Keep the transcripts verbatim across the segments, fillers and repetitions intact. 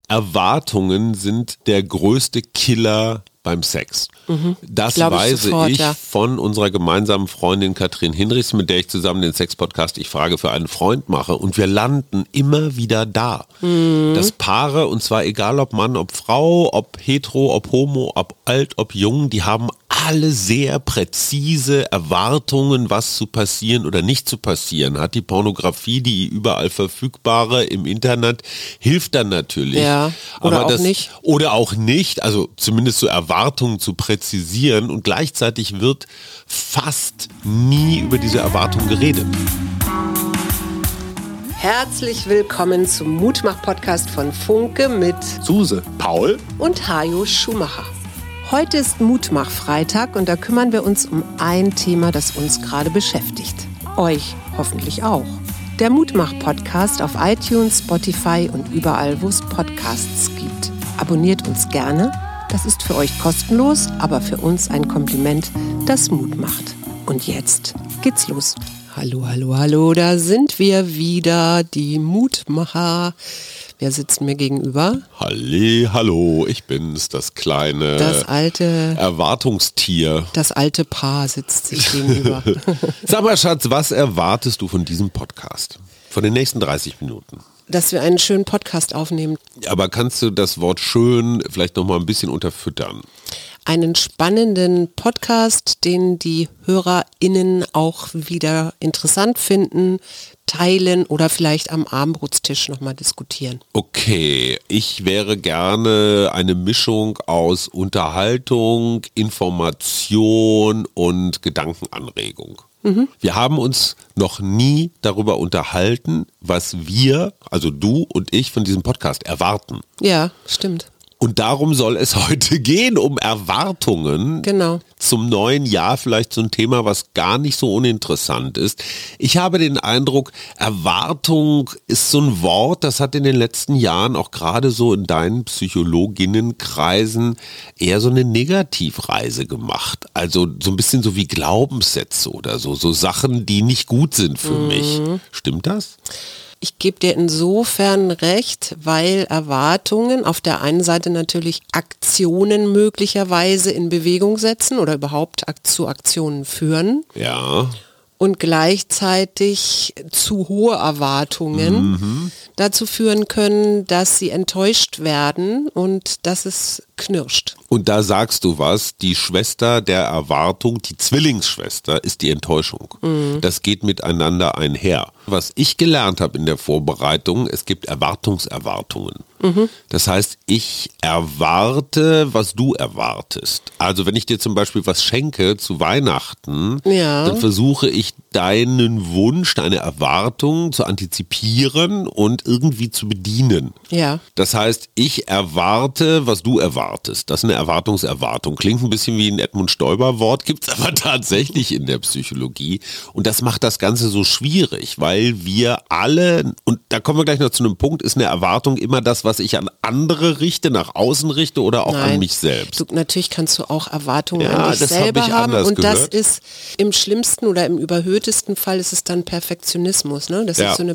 Erwartungen sind der größte Killer beim Sex. Mhm. Das Glaube ich weiß sofort, ich ja. von unserer gemeinsamen Freundin Katrin Hinrichs, mit der ich zusammen den Sex-Podcast Ich frage für einen Freund mache. Und wir landen immer wieder da. Mhm. Dass Paare, und zwar egal ob Mann, ob Frau, ob hetero, ob homo, ob alt, ob jung, die haben alle sehr präzise Erwartungen, was zu passieren oder nicht zu passieren hat. Die Pornografie, die überall verfügbare im Internet, hilft dann natürlich. Ja, oder Aber auch das, nicht. Oder auch nicht, also zumindest so Erwartungen zu präzisieren, und gleichzeitig wird fast nie über diese Erwartungen geredet. Herzlich willkommen zum Mutmach-Podcast von Funke mit Suse, Paul und Hajo Schumacher. Heute ist Mutmach-Freitag und da kümmern wir uns um ein Thema, das uns gerade beschäftigt. Euch hoffentlich auch. Der Mutmach-Podcast auf iTunes, Spotify und überall, wo es Podcasts gibt. Abonniert uns gerne. Das ist für euch kostenlos, aber für uns ein Kompliment, das Mut macht. Und jetzt geht's los. Hallo, hallo, hallo, da sind wir wieder, die Mutmacher. Wer sitzt mir gegenüber? Halli, hallo, ich bin's, das kleine Das alte Erwartungstier. Das alte Paar sitzt sich gegenüber. Sag mal, Schatz, was erwartest du von diesem Podcast? Von den nächsten dreißig Minuten? Dass wir einen schönen Podcast aufnehmen. Aber kannst du das Wort schön vielleicht noch mal ein bisschen unterfüttern? Einen spannenden Podcast, den die HörerInnen auch wieder interessant finden, teilen oder vielleicht am Abendbrotstisch nochmal diskutieren. Okay, ich wäre gerne eine Mischung aus Unterhaltung, Information und Gedankenanregung. Mhm. Wir haben uns noch nie darüber unterhalten, was wir, also du und ich, von diesem Podcast erwarten. Ja, stimmt. Und darum soll es heute gehen, um Erwartungen. Genau. Zum neuen Jahr, vielleicht so ein Thema, was gar nicht so uninteressant ist. Ich habe den Eindruck, Erwartung ist so ein Wort, das hat in den letzten Jahren auch gerade so in deinen Psychologinnenkreisen eher so eine Negativreise gemacht. Also so ein bisschen so wie Glaubenssätze oder so, so Sachen, die nicht gut sind für mhm. mich. Stimmt das? Ich gebe dir insofern recht, weil Erwartungen auf der einen Seite natürlich Aktionen möglicherweise in Bewegung setzen oder überhaupt zu Aktionen führen. Ja. Und gleichzeitig zu hohe Erwartungen mhm. dazu führen können, dass sie enttäuscht werden und dass es knirscht. Und da sagst du was, die Schwester der Erwartung, die Zwillingsschwester, ist die Enttäuschung. Mhm. Das geht miteinander einher. Was ich gelernt habe in der Vorbereitung, es gibt Erwartungserwartungen. Mhm. Das heißt, ich erwarte, was du erwartest. Also wenn ich dir zum Beispiel was schenke zu Weihnachten, ja. dann versuche ich deinen Wunsch, deine Erwartung zu antizipieren und irgendwie zu bedienen. Ja. Das heißt, ich erwarte, was du erwartest. Das ist eine Erwartungserwartung. Klingt ein bisschen wie ein Edmund Stoiber-Wort, gibt es aber tatsächlich in der Psychologie. Und das macht das Ganze so schwierig, weil wir alle, und da kommen wir gleich noch zu einem Punkt, ist eine Erwartung immer das, was ich an andere richte, nach außen richte oder auch Nein. an mich selbst. Du, natürlich kannst du auch Erwartungen ja, an dich das selber hab ich haben. Und gehört. das ist im schlimmsten oder im überhöhtesten Fall ist es dann Perfektionismus. Ne? Dass ja. ich so eine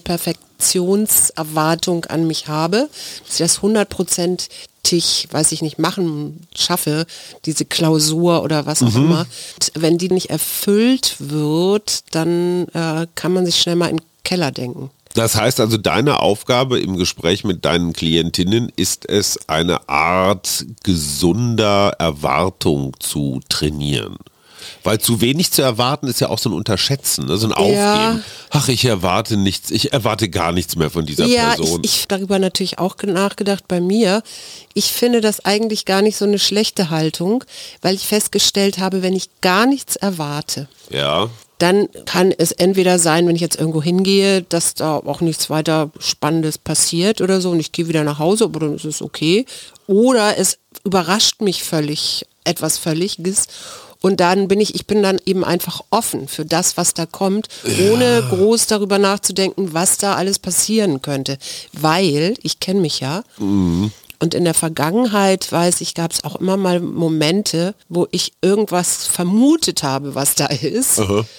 Perfektionserwartung an mich habe, dass ich das hundert Prozent weiß ich nicht, machen, schaffe, diese Klausur oder was auch mhm. immer. Und wenn die nicht erfüllt wird, dann äh, kann man sich schnell mal in den Keller denken. Das heißt also, deine Aufgabe im Gespräch mit deinen Klientinnen ist es, eine Art gesunder Erwartung zu trainieren. Weil zu wenig zu erwarten ist ja auch so ein Unterschätzen, ne? So ein Aufgeben. Ja. Ach, ich erwarte nichts, ich erwarte gar nichts mehr von dieser ja, Person. Ich, ich darüber natürlich auch nachgedacht bei mir. Ich finde das eigentlich gar nicht so eine schlechte Haltung, weil ich festgestellt habe, wenn ich gar nichts erwarte, ja. dann kann es entweder sein, wenn ich jetzt irgendwo hingehe, dass da auch nichts weiter Spannendes passiert oder so und ich gehe wieder nach Hause, aber dann ist es okay. Oder es überrascht mich völlig, etwas Völliges. Und dann bin ich, ich bin dann eben einfach offen für das, was da kommt, ohne ja. groß darüber nachzudenken, was da alles passieren könnte. Weil, ich kenne mich ja, mhm. und in der Vergangenheit, weiß ich, gab es auch immer mal Momente, wo ich irgendwas vermutet habe, was da ist. Aha.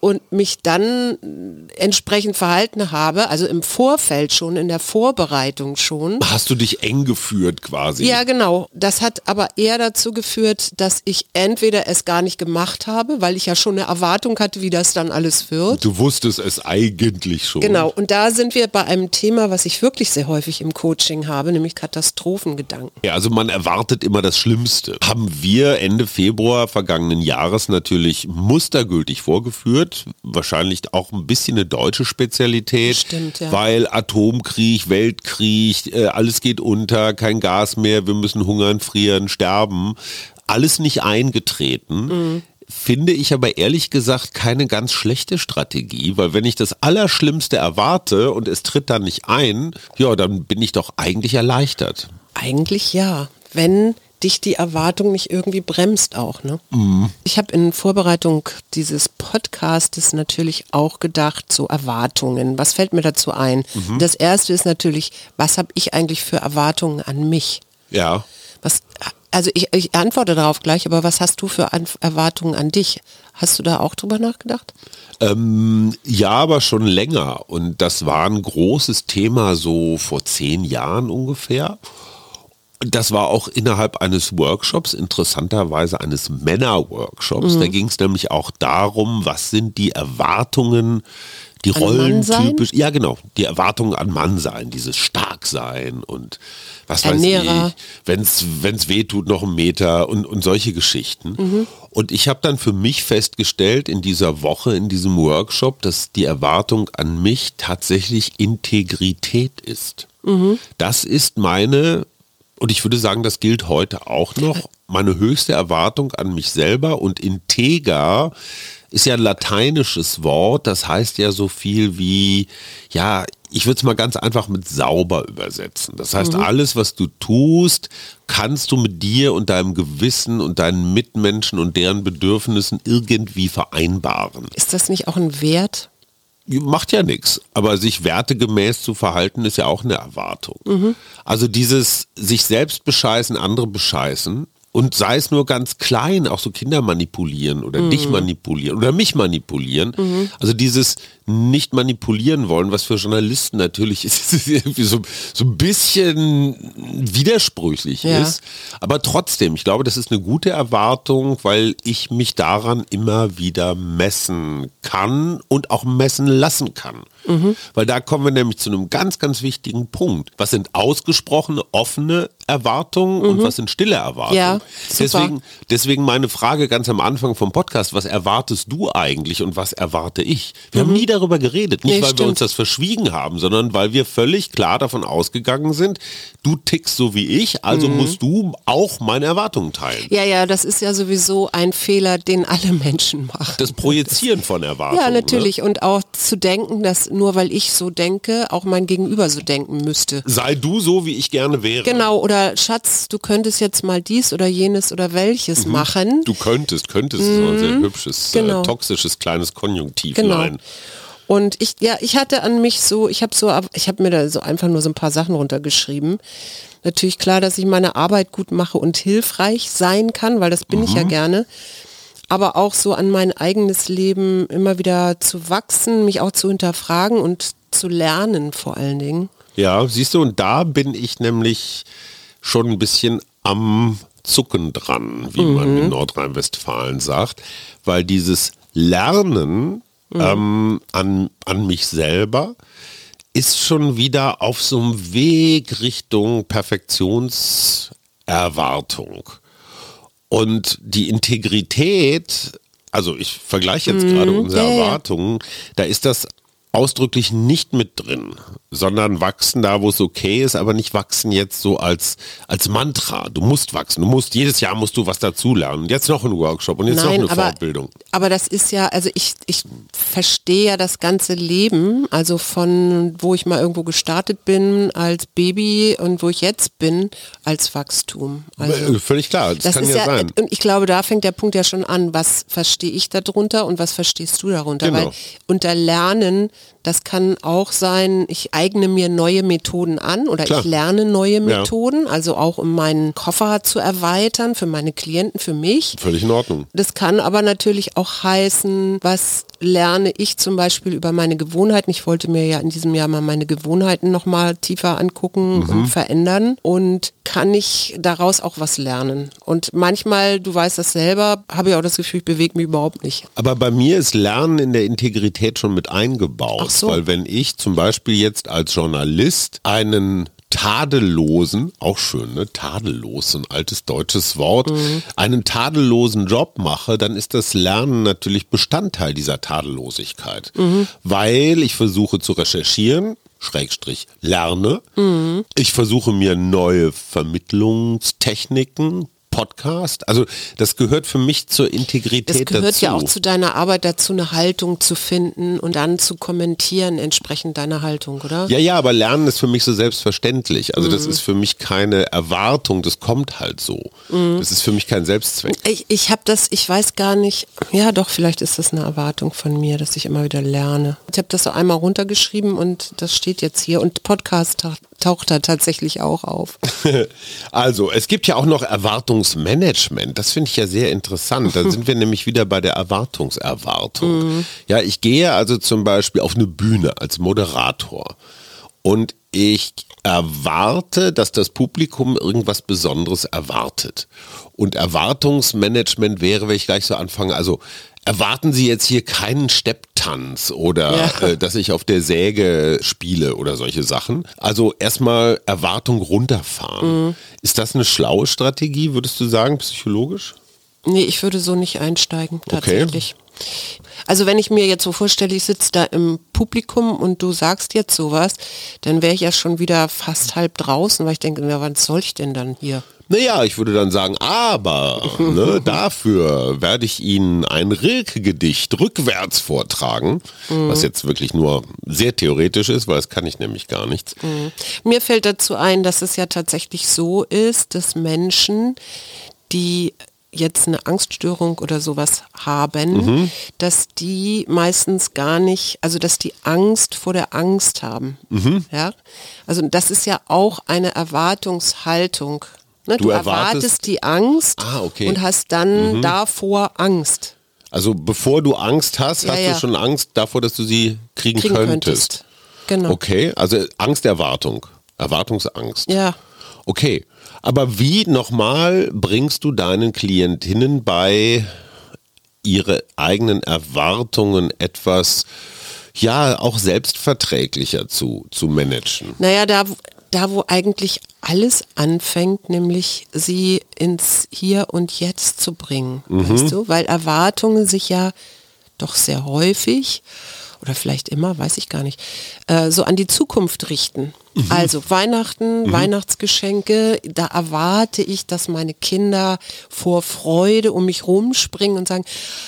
und mich dann entsprechend verhalten habe, also im Vorfeld schon, in der Vorbereitung schon. Hast du dich eng geführt quasi? Ja, genau. Das hat aber eher dazu geführt, dass ich entweder es gar nicht gemacht habe, weil ich ja schon eine Erwartung hatte, wie das dann alles wird. Du wusstest es eigentlich schon. Genau, und da sind wir bei einem Thema, was ich wirklich sehr häufig im Coaching habe, nämlich Katastrophengedanken. Ja, also man erwartet immer das Schlimmste. Haben wir Ende Februar vergangenen Jahres natürlich mustergültig vorgeführt. Wahrscheinlich auch ein bisschen eine deutsche Spezialität. Stimmt, ja. Weil Atomkrieg, Weltkrieg, äh, alles geht unter, kein Gas mehr, wir müssen hungern, frieren, sterben. Alles nicht eingetreten. Mhm. Finde ich aber ehrlich gesagt keine ganz schlechte Strategie, weil wenn ich das Allerschlimmste erwarte und es tritt dann nicht ein, ja, dann bin ich doch eigentlich erleichtert. Eigentlich ja, wenn dich die Erwartung nicht irgendwie bremst auch, ne? Mhm. Ich habe in Vorbereitung dieses Podcastes natürlich auch gedacht, so Erwartungen. Was fällt mir dazu ein? Mhm. Das erste ist natürlich, was habe ich eigentlich für Erwartungen an mich? Ja. Was, also ich, ich antworte darauf gleich, aber was hast du für an Erwartungen an dich? Hast du da auch drüber nachgedacht? Ähm, ja, aber schon länger. Und das war ein großes Thema so vor zehn Jahren ungefähr. Das war auch innerhalb eines Workshops, interessanterweise eines Männer-Workshops. Mhm. Da ging es nämlich auch darum, was sind die Erwartungen, die an rollentypisch, ja genau, die Erwartungen an Mannsein, dieses Starksein und was Ernährer. weiß ich, wenn's, wenn's weh tut, noch einen Meter und, und solche Geschichten. Mhm. Und ich habe dann für mich festgestellt in dieser Woche, in diesem Workshop, dass die Erwartung an mich tatsächlich Integrität ist. Mhm. Das ist meine, und ich würde sagen, das gilt heute auch noch, meine höchste Erwartung an mich selber. Und integer ist ja ein lateinisches Wort, das heißt ja so viel wie, ja, ich würde es mal ganz einfach mit sauber übersetzen. Das heißt, mhm. alles, was du tust, kannst du mit dir und deinem Gewissen und deinen Mitmenschen und deren Bedürfnissen irgendwie vereinbaren. Ist das nicht auch ein Wert? Macht ja nichts, aber sich wertegemäß zu verhalten, ist ja auch eine Erwartung. Mhm. Also dieses sich selbst bescheißen, andere bescheißen und sei es nur ganz klein, auch so Kinder manipulieren oder mhm. dich manipulieren oder mich manipulieren. Mhm. Also dieses nicht manipulieren wollen, was für Journalisten natürlich ist, ist irgendwie so, so ein bisschen widersprüchlich ja. ist. Aber trotzdem, ich glaube, das ist eine gute Erwartung, weil ich mich daran immer wieder messen kann und auch messen lassen kann. Mhm. Weil da kommen wir nämlich zu einem ganz, ganz wichtigen Punkt. Was sind ausgesprochene, offene Erwartungen mhm. und was sind stille Erwartungen? Ja, deswegen, deswegen meine Frage ganz am Anfang vom Podcast, was erwartest du eigentlich und was erwarte ich? Wir mhm. haben nie darüber geredet, nicht nee, weil stimmt. wir uns das verschwiegen haben, sondern weil wir völlig klar davon ausgegangen sind, du tickst so wie ich, also mhm. musst du auch meine Erwartungen teilen. Ja, ja, das ist ja sowieso ein Fehler, den alle Menschen machen. Das Projizieren von Erwartungen. Ja, natürlich. Ne? Und auch zu denken, dass nur weil ich so denke, auch mein Gegenüber so denken müsste. Sei du so, wie ich gerne wäre. Genau, oder Schatz, du könntest jetzt mal dies oder jenes oder welches mhm. machen. Du könntest, könntest, mhm. ist ein sehr hübsches, genau. äh, toxisches kleines Konjunktivlein. Genau. Und ich, ja, ich hatte an mich so, ich habe so, ich habe mir da so einfach nur so ein paar Sachen runtergeschrieben. Natürlich klar, dass ich meine Arbeit gut mache und hilfreich sein kann, weil das bin mhm. ich ja gerne. Aber auch so an mein eigenes Leben immer wieder zu wachsen, mich auch zu hinterfragen und zu lernen vor allen Dingen. Ja, siehst du, und da bin ich nämlich schon ein bisschen am Zucken dran, wie mhm. man in Nordrhein-Westfalen sagt, weil dieses Lernen mhm. ähm, an, an mich selber ist schon wieder auf so einem Weg Richtung Perfektionserwartung. Und die Integrität, also ich vergleiche jetzt mhm. gerade unsere yeah. Erwartungen, da ist das ausdrücklich nicht mit drin, sondern wachsen da, wo es okay ist, aber nicht wachsen jetzt so als, als Mantra. Du musst wachsen, du musst, jedes Jahr musst du was dazulernen. Jetzt noch ein Workshop und jetzt Nein, noch eine aber, Fortbildung. Aber das ist ja, also ich, ich verstehe ja das ganze Leben, also von wo ich mal irgendwo gestartet bin als Baby und wo ich jetzt bin als Wachstum. Also, völlig klar, das, das kann ist ja, ja sein. Und ich glaube, da fängt der Punkt ja schon an, was verstehe ich darunter und was verstehst du darunter? Genau. Weil unter Lernen Das kann auch sein, ich eigne mir neue Methoden an oder Klar. ich lerne neue Methoden, ja. also auch um meinen Koffer zu erweitern für meine Klienten, für mich. Völlig in Ordnung. Das kann aber natürlich auch heißen, was lerne ich zum Beispiel über meine Gewohnheiten. Ich wollte mir ja in diesem Jahr mal meine Gewohnheiten nochmal tiefer angucken mhm. und verändern und kann ich daraus auch was lernen. Und manchmal, du weißt das selber, habe ich auch das Gefühl, ich bewege mich überhaupt nicht. Aber bei mir ist Lernen in der Integrität schon mit eingebaut. Ach so. Weil wenn ich zum Beispiel jetzt als Journalist einen tadellosen, auch schön, ne? Tadellos, so ein altes deutsches Wort, mhm. einen tadellosen Job mache, dann ist das Lernen natürlich Bestandteil dieser Tadellosigkeit. Mhm. Weil ich versuche zu recherchieren, Schrägstrich lerne, mhm. ich versuche mir neue Vermittlungstechniken, Podcast, also das gehört für mich zur Integrität dazu. Das gehört dazu. ja auch zu deiner Arbeit dazu, eine Haltung zu finden und dann zu kommentieren entsprechend deiner Haltung, oder? Ja, ja, aber Lernen ist für mich so selbstverständlich. Also mhm. das ist für mich keine Erwartung, das kommt halt so. Mhm. Das ist für mich kein Selbstzweck. Ich, ich habe das, ich weiß gar nicht, ja doch, vielleicht ist das eine Erwartung von mir, dass ich immer wieder lerne. Ich habe das so einmal runtergeschrieben und das steht jetzt hier und Podcast taucht da tatsächlich auch auf. Also, es gibt ja auch noch Erwartungsmanagement. Das finde ich ja sehr interessant. Da sind wir nämlich wieder bei der Erwartungserwartung. Mhm. Ja, ich gehe also zum Beispiel auf eine Bühne als Moderator und ich erwarte, dass das Publikum irgendwas Besonderes erwartet. Und Erwartungsmanagement wäre, wenn ich gleich so anfange, also erwarten Sie jetzt hier keinen Stepptanz oder ja. äh, dass ich auf der Säge spiele oder solche Sachen. Also erstmal Erwartung runterfahren. Mhm. Ist das eine schlaue Strategie, würdest du sagen, psychologisch? Nee, ich würde so nicht einsteigen, tatsächlich. Okay. Also wenn ich mir jetzt so vorstelle, ich sitze da im Publikum und du sagst jetzt sowas, dann wäre ich ja schon wieder fast halb draußen, weil ich denke, na, was soll ich denn dann hier? Naja, ich würde dann sagen, aber ne, dafür werde ich Ihnen ein Rilke-Gedicht rückwärts vortragen, mhm. was jetzt wirklich nur sehr theoretisch ist, weil das kann ich nämlich gar nichts. Mhm. Mir fällt dazu ein, dass es ja tatsächlich so ist, dass Menschen, die jetzt eine Angststörung oder sowas haben, mhm. dass die meistens gar nicht, also dass die Angst vor der Angst haben. Mhm. Ja? Also das ist ja auch eine Erwartungshaltung. Ne? Du, du erwartest, erwartest die Angst ah, okay. und hast dann mhm. davor Angst. Also bevor du Angst hast, ja, hast ja. du schon Angst davor, dass du sie kriegen, kriegen könntest. könntest. Genau. Okay, also Angsterwartung, Erwartungsangst. Ja. Okay, aber wie nochmal bringst du deinen Klientinnen bei, ihre eigenen Erwartungen etwas, ja, auch selbstverträglicher zu, zu managen? Naja, da, da wo eigentlich alles anfängt, nämlich sie ins Hier und Jetzt zu bringen, mhm. weißt du? Weil Erwartungen sich ja doch sehr häufig oder vielleicht immer, weiß ich gar nicht, äh, so an die Zukunft richten. Mhm. Also Weihnachten, mhm. Weihnachtsgeschenke, da erwarte ich, dass meine Kinder vor Freude um mich rumspringen und sagen,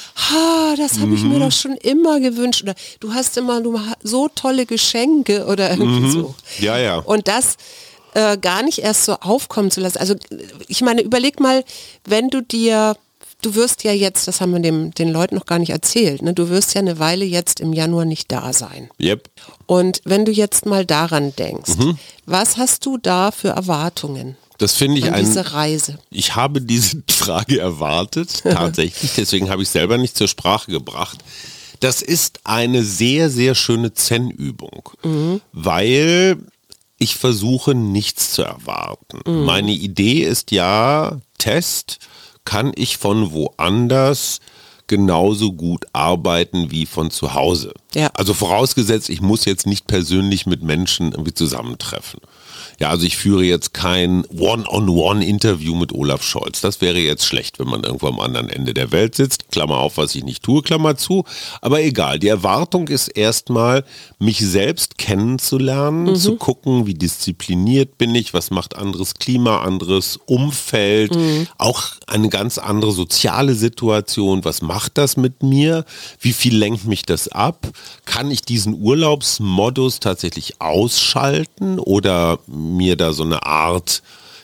ha, das habe ich mhm. mir doch schon immer gewünscht. Oder du hast immer du hast so tolle Geschenke oder irgendwie mhm. so. Ja, ja. Und das äh, gar nicht erst so aufkommen zu lassen. Also ich meine, überleg mal, wenn du dir Du wirst ja jetzt, das haben wir dem, den Leuten noch gar nicht erzählt, ne? Du wirst ja eine Weile jetzt im Januar nicht da sein. Yep. Und wenn du jetzt mal daran denkst, mhm. was hast du da für Erwartungen? Das finde ich an ein, diese Reise. Ich habe diese Frage erwartet, tatsächlich, deswegen habe ich es selber nicht zur Sprache gebracht. Das ist eine sehr, sehr schöne Zen-Übung, mhm. weil ich versuche nichts zu erwarten. Mhm. Meine Idee ist ja, Test, kann ich von woanders genauso gut arbeiten wie von zu Hause. Ja. Also vorausgesetzt, ich muss jetzt nicht persönlich mit Menschen irgendwie zusammentreffen. Ja, also ich führe jetzt kein One-on-One-Interview mit Olaf Scholz. Das wäre jetzt schlecht, wenn man irgendwo am anderen Ende der Welt sitzt. Klammer auf, was ich nicht tue, Klammer zu. Aber egal, die Erwartung ist erstmal, mich selbst kennenzulernen, mhm. zu gucken, wie diszipliniert bin ich, was macht anderes Klima, anderes Umfeld, mhm. auch eine ganz andere soziale Situation. Was macht das mit mir? Wie viel lenkt mich das ab? Kann ich diesen Urlaubsmodus tatsächlich ausschalten oder mir da so eine Art,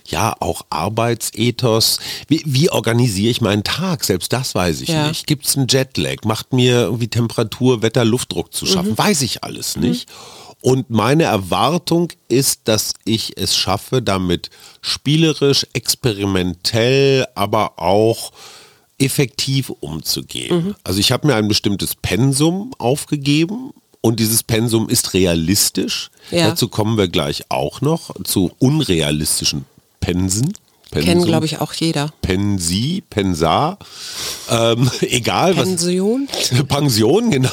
ja, auch Arbeitsethos. Wie, wie organisiere ich meinen Tag? Selbst das weiß ich Ja. nicht. Gibt es einen Jetlag? Macht mir irgendwie Temperatur, Wetter, Luftdruck zu schaffen? Mhm. Weiß ich alles nicht. Mhm. Und meine Erwartung ist, dass ich es schaffe, damit spielerisch, experimentell, aber auch effektiv umzugehen. Mhm. Also ich habe mir ein bestimmtes Pensum aufgegeben und dieses Pensum ist realistisch. Ja. Dazu kommen wir gleich auch noch, zu unrealistischen Pensen. Pensum. Kennen, glaube ich, auch jeder. Pensi, Pensa, ähm, egal was. Pension? Pension, genau.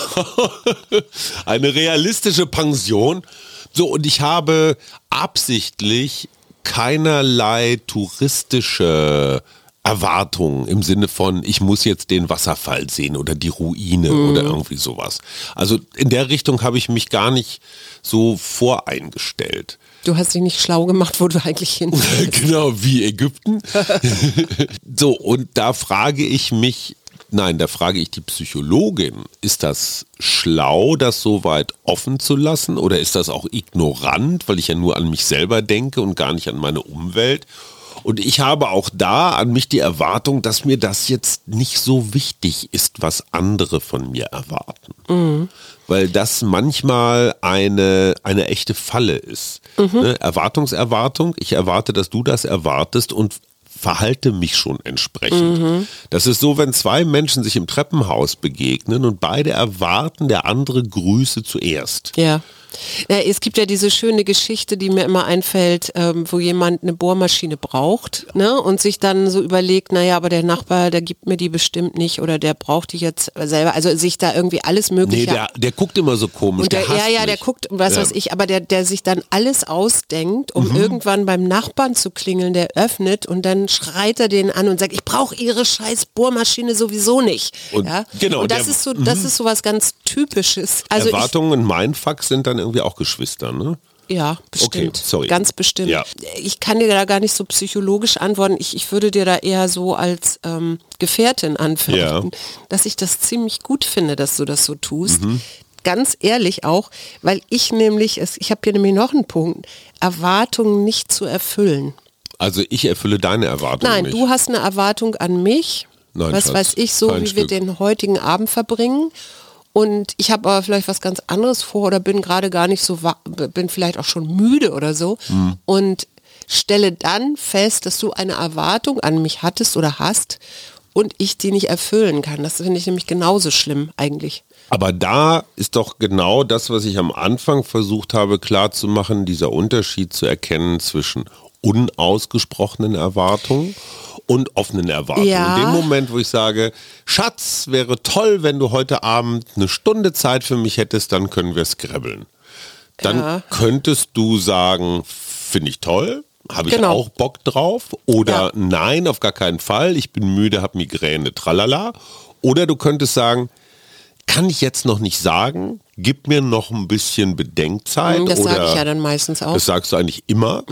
Eine realistische Pension. So, und ich habe absichtlich keinerlei touristische Erwartungen im Sinne von, ich muss jetzt den Wasserfall sehen oder die Ruine mhm. oder irgendwie sowas. Also in der Richtung habe ich mich gar nicht so voreingestellt. Du hast dich nicht schlau gemacht, wo du eigentlich hin willst. Genau, wie Ägypten. So, und da frage ich mich, nein, da frage ich die Psychologin, ist das schlau, das so weit offen zu lassen oder ist das auch ignorant, weil ich ja nur an mich selber denke und gar nicht an meine Umwelt? Und ich habe auch da an mich die Erwartung, dass mir das jetzt nicht so wichtig ist, was andere von mir erwarten. Mhm. Weil das manchmal eine, eine echte Falle ist. Mhm. Ne? Erwartungserwartung, ich erwarte, dass du das erwartest und verhalte mich schon entsprechend. Mhm. Das ist so, wenn zwei Menschen sich im Treppenhaus begegnen und beide erwarten, der andere grüße zuerst. Ja. Ja, es gibt ja diese schöne Geschichte, die mir immer einfällt, ähm, wo jemand eine Bohrmaschine braucht, ne, und sich dann so überlegt, naja, aber der Nachbar, der gibt mir die bestimmt nicht oder der braucht die jetzt selber, also sich da irgendwie alles mögliche... Nee, der, der guckt immer so komisch, und der, der Ja, ja, mich. der guckt, was ja. weiß ich, aber der, der sich dann alles ausdenkt, um mhm. irgendwann beim Nachbarn zu klingeln, der öffnet und dann schreit er den an und sagt, ich brauche ihre scheiß Bohrmaschine sowieso nicht. Und, ja? genau, und das der, ist so, das ist so was ganz Typisches. Also Erwartungen und Mindfuck sind dann irgendwie auch Geschwister, ne? Ja, bestimmt. Okay, sorry. Ganz bestimmt. Ja. Ich kann dir da gar nicht so psychologisch antworten. Ich, ich würde dir da eher so als ähm, Gefährtin antworten, ja. dass ich das ziemlich gut finde, dass du das so tust. Mhm. Ganz ehrlich auch, weil ich nämlich, es, ich habe hier nämlich noch einen Punkt, Erwartungen nicht zu erfüllen. Also ich erfülle deine Erwartungen Nein, nicht. du hast eine Erwartung an mich, Nein, was Schatz, weiß ich, so wie Stück. wir den heutigen Abend verbringen. Und ich habe aber vielleicht was ganz anderes vor oder bin gerade gar nicht so, bin vielleicht auch schon müde oder so mhm. und stelle dann fest, dass du eine Erwartung an mich hattest oder hast und ich die nicht erfüllen kann. Das finde ich nämlich genauso schlimm eigentlich. Aber da ist doch genau das, was ich am Anfang versucht habe klarzumachen, dieser Unterschied zu erkennen zwischen unausgesprochenen Erwartungen und offenen Erwartungen. Ja. In dem Moment, wo ich sage, Schatz, wäre toll, wenn du heute Abend eine Stunde Zeit für mich hättest, dann können wir scrabbeln. Dann ja. könntest du sagen, finde ich toll, habe ich genau. auch Bock drauf. Oder ja. nein, auf gar keinen Fall, ich bin müde, habe Migräne, tralala. Oder du könntest sagen, kann ich jetzt noch nicht sagen, gib mir noch ein bisschen Bedenkzeit. Das oder sage ich ja dann meistens auch. Das sagst du eigentlich immer.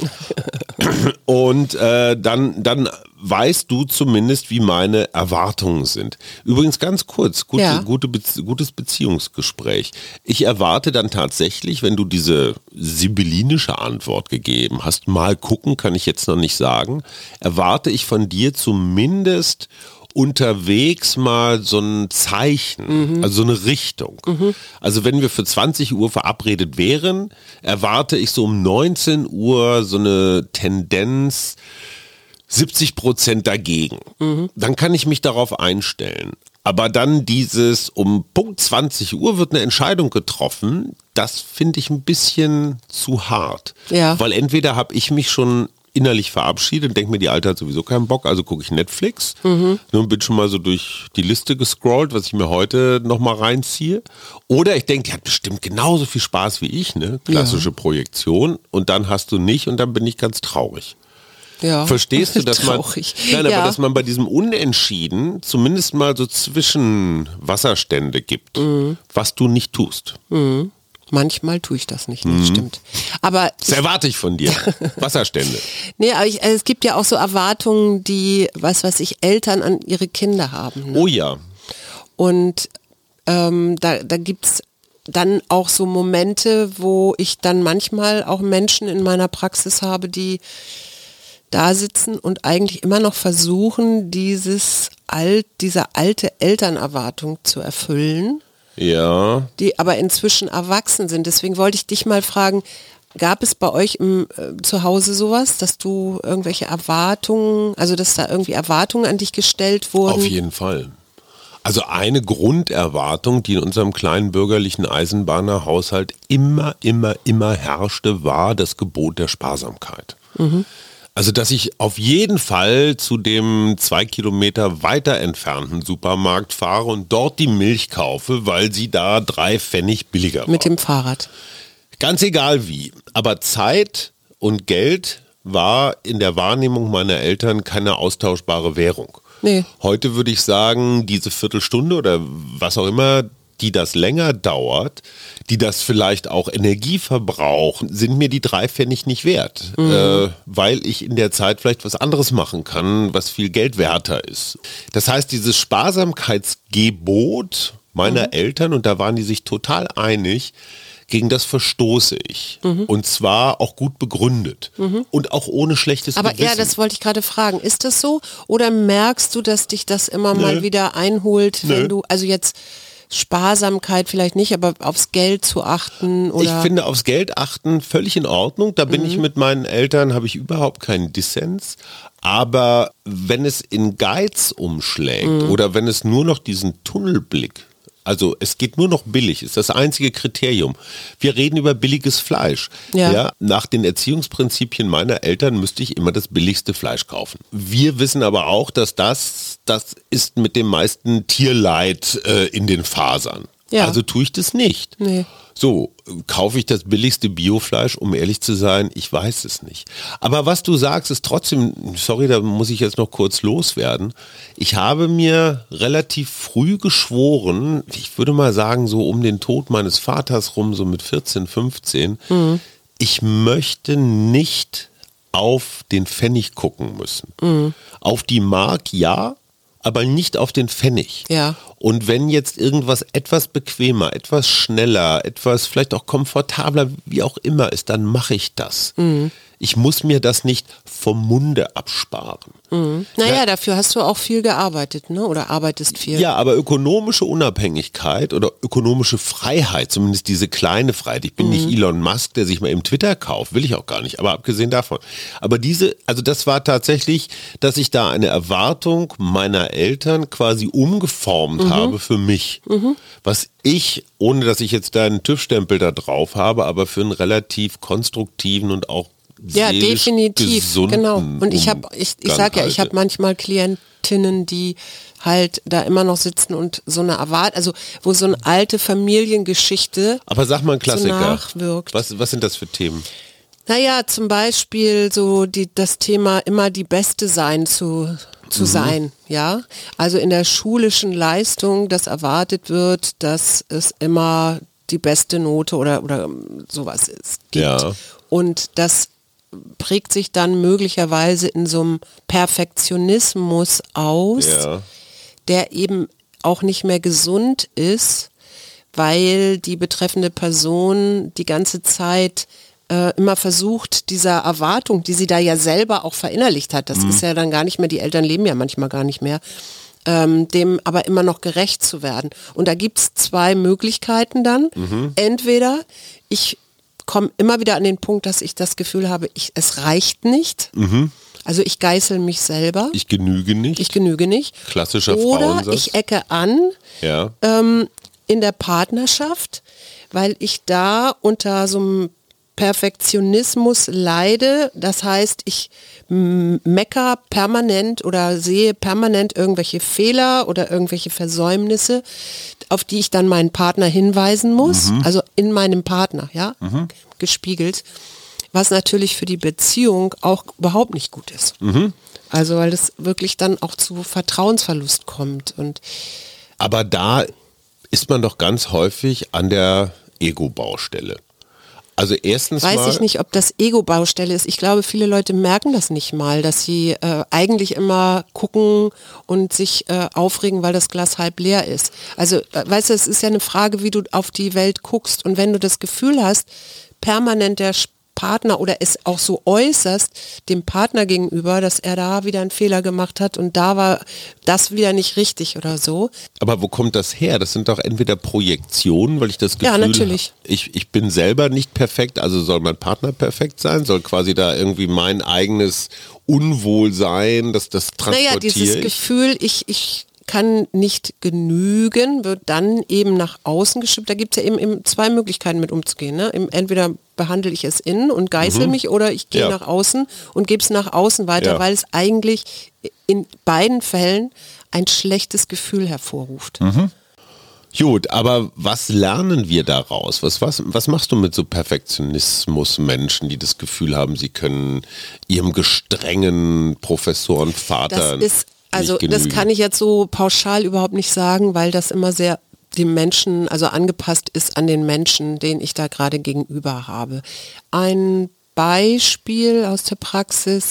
Und äh, dann, dann weißt du zumindest, wie meine Erwartungen sind. Übrigens ganz kurz, gute, ja. gute Bezie- gutes Beziehungsgespräch. Ich erwarte dann tatsächlich, wenn du diese sibyllinische Antwort gegeben hast, mal gucken, kann ich jetzt noch nicht sagen, erwarte ich von dir zumindest unterwegs mal so ein Zeichen, mhm. also so eine Richtung. Mhm. Also wenn wir für zwanzig Uhr verabredet wären, erwarte ich so um neunzehn Uhr so eine Tendenz siebzig Prozent dagegen. Mhm. Dann kann ich mich darauf einstellen. Aber dann dieses, um Punkt zwanzig Uhr wird eine Entscheidung getroffen, das finde ich ein bisschen zu hart. Ja. Weil entweder habe ich mich schon innerlich verabschiedet und denke mir, die Alte hat sowieso keinen Bock, also gucke ich Netflix. Mhm. Und bin schon mal so durch die Liste gescrollt, was ich mir heute nochmal reinziehe. Oder ich denke, die hat bestimmt genauso viel Spaß wie ich, ne? Klassische ja. Projektion. Und dann hast du nicht und dann bin ich ganz traurig. Ja, verstehst du, dass man, traurig. nein, ja. aber dass man bei diesem Unentschieden zumindest mal so Zwischenwasserstände gibt, mhm. was du nicht tust. Mhm. Manchmal tue ich das nicht, das mhm. stimmt. Aber das erwarte ich von dir. Wasserstände. Nee, aber ich, es gibt ja auch so Erwartungen, die, was weiß ich, Eltern an ihre Kinder haben. Ne? Oh ja. Und ähm, da, da gibt es dann auch so Momente, wo ich dann manchmal auch Menschen in meiner Praxis habe, die da sitzen und eigentlich immer noch versuchen, dieses alt, diese alte Elternerwartung zu erfüllen. Ja. Die aber inzwischen erwachsen sind. Deswegen wollte ich dich mal fragen, gab es bei euch im äh, zu Hause sowas, dass du irgendwelche Erwartungen, also dass da irgendwie Erwartungen an dich gestellt wurden? Auf jeden Fall. Also eine Grunderwartung, die in unserem kleinen bürgerlichen Eisenbahnerhaushalt immer, immer, immer herrschte, war das Gebot der Sparsamkeit. Mhm. Also dass ich auf jeden Fall zu dem zwei Kilometer weiter entfernten Supermarkt fahre und dort die Milch kaufe, weil sie da drei Pfennig billiger war. Mit dem Fahrrad. Ganz egal wie. Aber Zeit und Geld war in der Wahrnehmung meiner Eltern keine austauschbare Währung. Nee. Heute würde ich sagen, diese Viertelstunde oder was auch immer, die das länger dauert, die das vielleicht auch Energie verbrauchen, sind mir die drei Pfennig nicht wert, mhm. äh, weil ich in der Zeit vielleicht was anderes machen kann, was viel Geld werter ist. Das heißt, dieses Sparsamkeitsgebot meiner mhm. Eltern, und da waren die sich total einig, gegen das verstoße ich. Mhm. Und zwar auch gut begründet. Mhm. Und auch ohne schlechtes Aber Gewissen. ja, das wollte ich gerade fragen. Ist das so? Oder merkst du, dass dich das immer Nö. mal wieder einholt, wenn Nö. du, also jetzt Sparsamkeit vielleicht nicht, aber aufs Geld zu achten? Oder? Ich finde aufs Geld achten völlig in Ordnung. Da bin mhm. ich mit meinen Eltern, habe ich überhaupt keinen Dissens. Aber wenn es in Geiz umschlägt mhm. oder wenn es nur noch diesen Tunnelblick, also es geht nur noch billig, ist das einzige Kriterium. Wir reden über billiges Fleisch. Ja. Ja, nach den Erziehungsprinzipien meiner Eltern müsste ich immer das billigste Fleisch kaufen. Wir wissen aber auch, dass das, das ist mit dem meisten Tierleid äh, in den Fasern. Ja. Also tue ich das nicht. Nee. So, kaufe ich das billigste Biofleisch, um ehrlich zu sein, ich weiß es nicht. Aber was du sagst, ist trotzdem, sorry, da muss ich jetzt noch kurz loswerden. Ich habe mir relativ früh geschworen, ich würde mal sagen, so um den Tod meines Vaters rum, so mit vierzehn, fünfzehn, mhm. ich möchte nicht auf den Pfennig gucken müssen. Mhm. Auf die Mark ja, aber nicht auf den Pfennig. Ja. Und wenn jetzt irgendwas etwas bequemer, etwas schneller, etwas vielleicht auch komfortabler, wie auch immer ist, dann mache ich das. Mhm. Ich muss mir das nicht vom Munde absparen. Mhm. Naja, ja, dafür hast du auch viel gearbeitet, ne? Oder arbeitest viel. Ja, aber ökonomische Unabhängigkeit oder ökonomische Freiheit, zumindest diese kleine Freiheit. Ich bin mhm. nicht Elon Musk, der sich mal im Twitter kauft, will ich auch gar nicht, aber abgesehen davon. Aber diese, also das war tatsächlich, dass ich da eine Erwartung meiner Eltern quasi umgeformt mhm. habe für mich. Mhm. Was ich, ohne dass ich jetzt da einen TÜV-Stempel da drauf habe, aber für einen relativ konstruktiven und auch ja, definitiv, genau. Und ich habe, ich, ich sage ja, ich habe manchmal Klientinnen, die halt da immer noch sitzen und so eine Erwartung, also wo so eine alte Familiengeschichte aber sag mal ein Klassiker. So nachwirkt. Was, was sind das für Themen? Naja, zum Beispiel so die, das Thema immer die Beste sein zu, zu mhm. sein, ja. Also in der schulischen Leistung, dass erwartet wird, dass es immer die beste Note oder, oder sowas ist, gibt. Ja. Und das prägt sich dann möglicherweise in so einem Perfektionismus aus, ja. der eben auch nicht mehr gesund ist, weil die betreffende Person die ganze Zeit äh, immer versucht, dieser Erwartung, die sie da ja selber auch verinnerlicht hat, das mhm. ist ja dann gar nicht mehr, die Eltern leben ja manchmal gar nicht mehr, ähm, dem aber immer noch gerecht zu werden. Und da gibt es zwei Möglichkeiten dann. Mhm. Entweder ich komme immer wieder an den Punkt, dass ich das Gefühl habe, ich, es reicht nicht. Mhm. Also ich geißel mich selber. Ich genüge nicht. Ich genüge nicht. Klassischer Oder Frauensatz. ich ecke an ja. ähm, in der Partnerschaft, weil ich da unter so einem Perfektionismus leide. Das heißt, ich mecker permanent oder sehe permanent irgendwelche Fehler oder irgendwelche Versäumnisse, auf die ich dann meinen Partner hinweisen muss, mhm. also in meinem Partner, ja, mhm. gespiegelt, was natürlich für die Beziehung auch überhaupt nicht gut ist. Mhm. Also weil es wirklich dann auch zu Vertrauensverlust kommt. Und aber da ist man doch ganz häufig an der Ego-Baustelle. Also erstens Weiß mal, ich nicht, ob das Ego-Baustelle ist. Ich glaube, viele Leute merken das nicht mal, dass sie äh, eigentlich immer gucken und sich äh, aufregen, weil das Glas halb leer ist. Also, äh, weißt du, es ist ja eine Frage, wie du auf die Welt guckst. Und wenn du das Gefühl hast, permanent der Partner oder es auch so äußerst dem Partner gegenüber, dass er da wieder einen Fehler gemacht hat und da war das wieder nicht richtig oder so. Aber wo kommt das her? Das sind doch entweder Projektionen, weil ich das Gefühl Ja, natürlich. habe, ich, ich bin selber nicht perfekt, also soll mein Partner perfekt sein? Soll quasi da irgendwie mein eigenes Unwohlsein, dass das transportiere Naja, dieses ich? Gefühl, ich, ich kann nicht genügen, wird dann eben nach außen geschippt. Da gibt es ja eben, eben zwei Möglichkeiten mit umzugehen. Ne? Entweder behandle ich es innen und geißel mhm. mich oder ich gehe ja. nach außen und gebe es nach außen weiter, ja. weil es eigentlich in beiden Fällen ein schlechtes Gefühl hervorruft. Mhm. Gut, aber was lernen wir daraus? Was, was, was machst du mit so Perfektionismus-Menschen, die das Gefühl haben, sie können ihrem gestrengen Professorenvater das ist Also nicht das genügen? kann ich jetzt so pauschal überhaupt nicht sagen, weil das immer sehr dem Menschen, also angepasst ist an den Menschen, den ich da gerade gegenüber habe. Ein Beispiel aus der Praxis,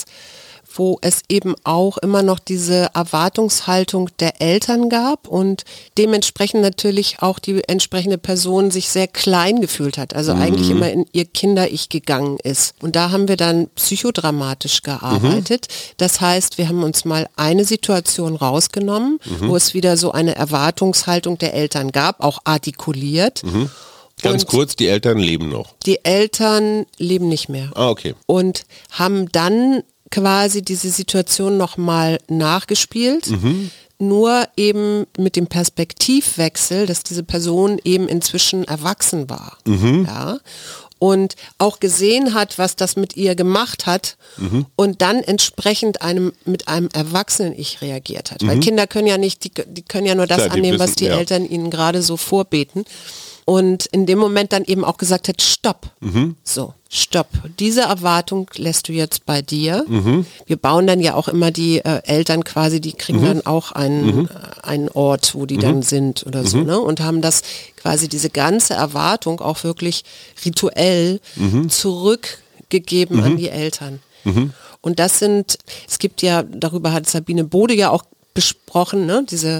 wo es eben auch immer noch diese Erwartungshaltung der Eltern gab und dementsprechend natürlich auch die entsprechende Person sich sehr klein gefühlt hat, also mhm. eigentlich immer in ihr Kinder-Ich gegangen ist. Und da haben wir dann psychodramatisch gearbeitet. Mhm. Das heißt, wir haben uns mal eine Situation rausgenommen, mhm. wo es wieder so eine Erwartungshaltung der Eltern gab, auch artikuliert. Mhm. Ganz und kurz, die Eltern leben noch. Die Eltern leben nicht mehr. Ah, okay. Und haben dann quasi diese Situation nochmal nachgespielt, mhm. nur eben mit dem Perspektivwechsel, dass diese Person eben inzwischen erwachsen war. Mhm. Ja? Und auch gesehen hat, was das mit ihr gemacht hat mhm. und dann entsprechend einem mit einem Erwachsenen-Ich reagiert hat. Mhm. Weil Kinder können ja nicht, die, die können ja nur das Klar, annehmen, wissen, was die ja. Eltern ihnen gerade so vorbeten. Und in dem Moment dann eben auch gesagt hat, stopp, mhm. so, stopp. Diese Erwartung lässt du jetzt bei dir. Mhm. Wir bauen dann ja auch immer die äh, Eltern quasi, die kriegen mhm. dann auch einen, mhm. äh, einen Ort, wo die mhm. dann sind oder so, mhm. ne? Und haben das quasi diese ganze Erwartung auch wirklich rituell mhm. zurückgegeben mhm. an die Eltern. Mhm. Und das sind, es gibt ja, darüber hat Sabine Bode ja auch besprochen, ne? Diese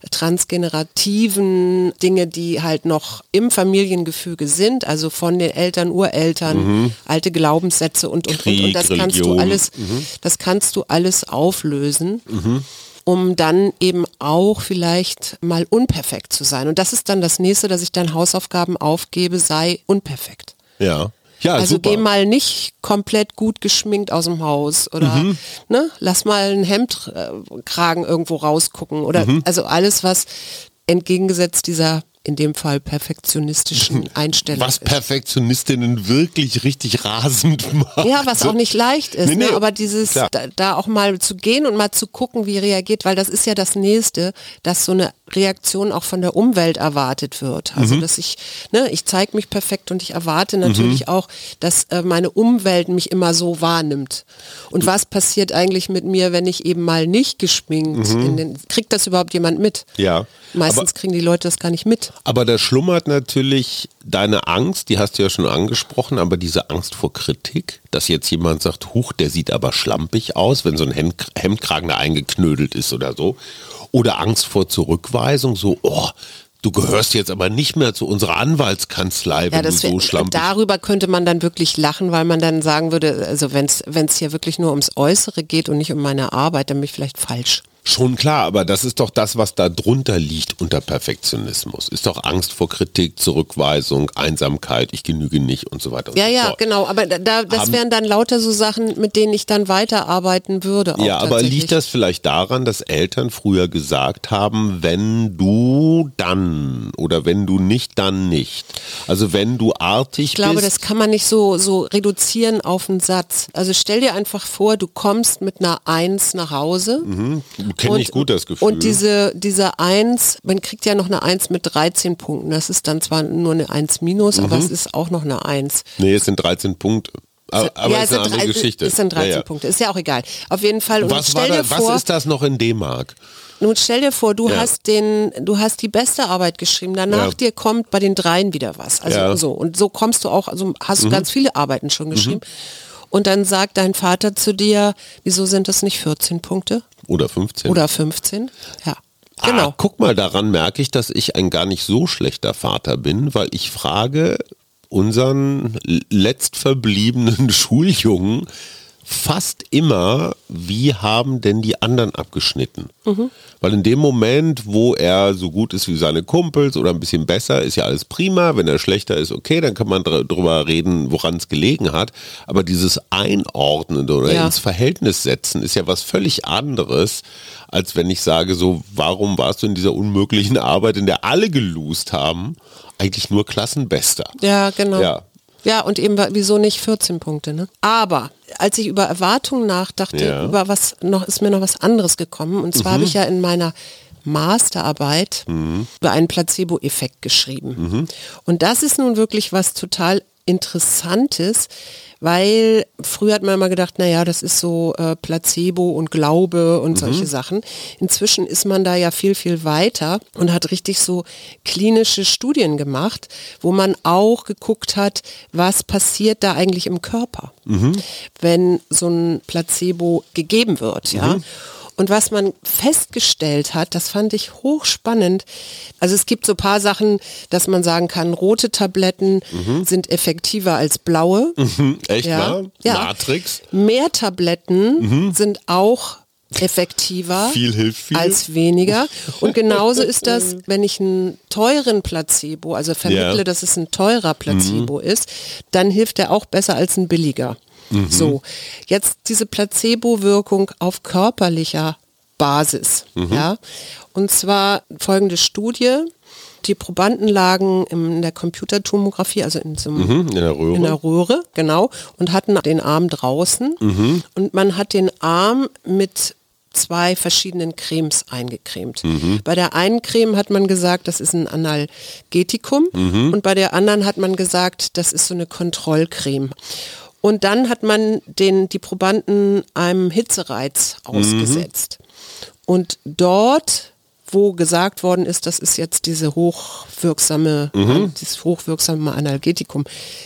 transgenerativen Dinge, die halt noch im Familiengefüge sind, also von den Eltern, Ureltern, mhm. alte Glaubenssätze und und, Krieg, und, und das Religion. kannst du alles, mhm. das kannst du alles auflösen, mhm. um dann eben auch vielleicht mal unperfekt zu sein. Und das ist dann das Nächste, dass ich dann Hausaufgaben aufgebe, sei unperfekt. Ja. Ja, also super. Geh mal nicht komplett gut geschminkt aus dem Haus oder mhm. ne, lass mal ein Hemdkragen irgendwo rausgucken oder mhm. also alles, was entgegengesetzt dieser in dem Fall perfektionistischen Einstellung was Perfektionistinnen wirklich richtig rasend macht. Ja, was auch nicht leicht ist, nee, nee, ne? Aber dieses da, da auch mal zu gehen und mal zu gucken, wie reagiert, weil das ist ja das Nächste, dass so eine Reaktion auch von der Umwelt erwartet wird. Also mhm. dass ich, ne, ich zeige mich perfekt und ich erwarte natürlich mhm. auch, dass äh, meine Umwelt mich immer so wahrnimmt. Und was passiert eigentlich mit mir, wenn ich eben mal nicht geschminkt mhm. in den, kriegt das überhaupt jemand mit? Ja. Meistens aber, kriegen die Leute das gar nicht mit. Aber da schlummert natürlich deine Angst, die hast du ja schon angesprochen, aber diese Angst vor Kritik, dass jetzt jemand sagt, huch, der sieht aber schlampig aus, wenn so ein Hemd, Hemdkragen da eingeknödelt ist oder so. Oder Angst vor Zurückweisung, so, oh, du gehörst jetzt aber nicht mehr zu unserer Anwaltskanzlei, wenn ja, du so schlampig. Darüber könnte man dann wirklich lachen, weil man dann sagen würde, also wenn es hier wirklich nur ums Äußere geht und nicht um meine Arbeit, dann bin ich vielleicht falsch. Schon klar, aber das ist doch das, was da drunter liegt unter Perfektionismus. Ist doch Angst vor Kritik, Zurückweisung, Einsamkeit, ich genüge nicht und so weiter. Und ja, so ja, fort. genau, aber da, das Haben, wären dann lauter so Sachen, mit denen ich dann weiterarbeiten würde. Auch ja, aber liegt das vielleicht daran, dass Eltern früher gesagt haben, wenn du dann oder wenn du nicht, dann nicht. Also wenn du artig bist. Ich glaube, bist, das kann man nicht so, so reduzieren auf einen Satz. Also stell dir einfach vor, du kommst mit einer Eins nach Hause. Mhm. Kenne ich gut das Gefühl. Und diese, diese Eins, man kriegt ja noch eine Eins mit dreizehn Punkten. Das ist dann zwar nur eine Eins minus, mhm. aber es ist auch noch eine Eins. Nee, es sind dreizehn Punkte. Aber, aber ja, es ist eine andere drei, Geschichte. Es sind dreizehn ja, ja. Punkte, ist ja auch egal. Auf jeden Fall. Und was, stell war da, dir vor, was ist das noch in D-Mark? Nun stell dir vor, du ja. hast den, du hast die beste Arbeit geschrieben, danach ja. dir kommt bei den Dreien wieder was. Also ja. so. Und so kommst du auch, also hast du mhm. ganz viele Arbeiten schon geschrieben. Mhm. Und dann sagt dein Vater zu dir, wieso sind das nicht vierzehn Punkte? Oder fünfzehn. Oder fünfzehn, ja. Genau. Ah, guck mal, daran merke ich, dass ich ein gar nicht so schlechter Vater bin, weil ich frage unseren letztverbliebenen Schuljungen fast immer, wie haben denn die anderen abgeschnitten? Mhm. Weil in dem Moment, wo er so gut ist wie seine Kumpels oder ein bisschen besser, ist ja alles prima. Wenn er schlechter ist, okay, dann kann man dr- drüber reden, woran es gelegen hat. Aber dieses Einordnen oder ja. ins Verhältnis setzen ist ja was völlig anderes, als wenn ich sage so, warum warst du in dieser unmöglichen Arbeit, in der alle geloost haben, eigentlich nur Klassenbester? Ja, genau. Ja. Ja, und eben, wieso nicht vierzehn Punkte, ne? Aber als ich über Erwartungen nachdachte, ja. über was noch, ist mir noch was anderes gekommen. Und zwar mhm. habe ich ja in meiner Masterarbeit mhm. über einen Placebo-Effekt geschrieben. Mhm. Und das ist nun wirklich was total Interessantes, weil früher hat man immer gedacht, naja, das ist so äh, Placebo und Glaube und mhm. solche Sachen. Inzwischen ist man da ja viel, viel weiter und hat richtig so klinische Studien gemacht, wo man auch geguckt hat, was passiert da eigentlich im Körper, mhm. wenn so ein Placebo gegeben wird, ja. Mhm. Und was man festgestellt hat, das fand ich hochspannend. Also es gibt so ein paar Sachen, dass man sagen kann, rote Tabletten mhm. sind effektiver als blaue. Mhm. Echt ja. wahr? Ja. Matrix? Mehr Tabletten mhm. sind auch effektiver viel hilft viel. als weniger. Und genauso ist das, wenn ich einen teuren Placebo, also vermittle, ja. dass es ein teurer Placebo mhm. ist, dann hilft er auch besser als ein billiger. Mhm. So, jetzt diese Placebo-Wirkung auf körperlicher Basis. Mhm. Ja? Und zwar folgende Studie. Die Probanden lagen in der Computertomographie, also in, so einem, mhm, in, der Röhre. in der Röhre, genau, und hatten den Arm draußen. Mhm. Und man hat den Arm mit zwei verschiedenen Cremes eingecremt. Mhm. Bei der einen Creme hat man gesagt, das ist ein Analgetikum mhm. und bei der anderen hat man gesagt, das ist so eine Kontrollcreme. Und dann hat man den, die Probanden einem Hitzereiz ausgesetzt. Mhm. Und dort, wo gesagt worden ist, das ist jetzt diese hochwirksame, mhm. dieses hochwirksame Analgetikum,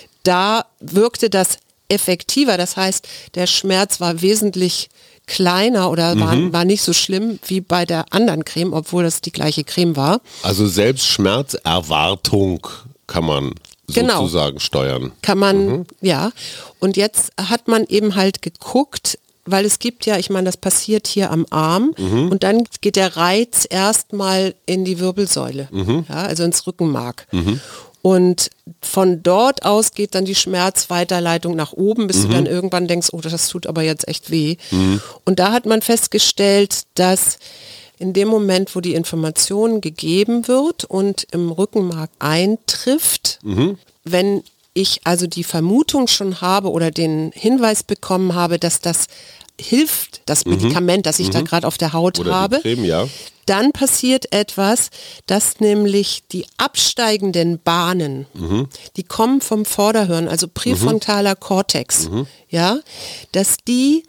da wirkte das effektiver. Das heißt, der Schmerz war wesentlich kleiner oder war, mhm. war nicht so schlimm wie bei der anderen Creme, obwohl das die gleiche Creme war. Also selbst Schmerzerwartung kann man genau. sozusagen steuern. Kann man, mhm. ja. Und jetzt hat man eben halt geguckt, weil es gibt ja, ich meine, das passiert hier am Arm mhm. und dann geht der Reiz erstmal in die Wirbelsäule, mhm. ja, also ins Rückenmark. Mhm. Und von dort aus geht dann die Schmerzweiterleitung nach oben, bis mhm. du dann irgendwann denkst, oh, das tut aber jetzt echt weh. Mhm. Und da hat man festgestellt, dass in dem Moment, wo die Information gegeben wird und im Rückenmark eintrifft, mhm. wenn ich also die Vermutung schon habe oder den Hinweis bekommen habe, dass das hilft, das mhm. Medikament, das ich mhm. da gerade auf der Haut oder habe, die Creme, ja. dann passiert etwas, dass nämlich die absteigenden Bahnen, mhm. die kommen vom Vorderhirn, also präfrontaler mhm. Kortex, mhm. ja, dass die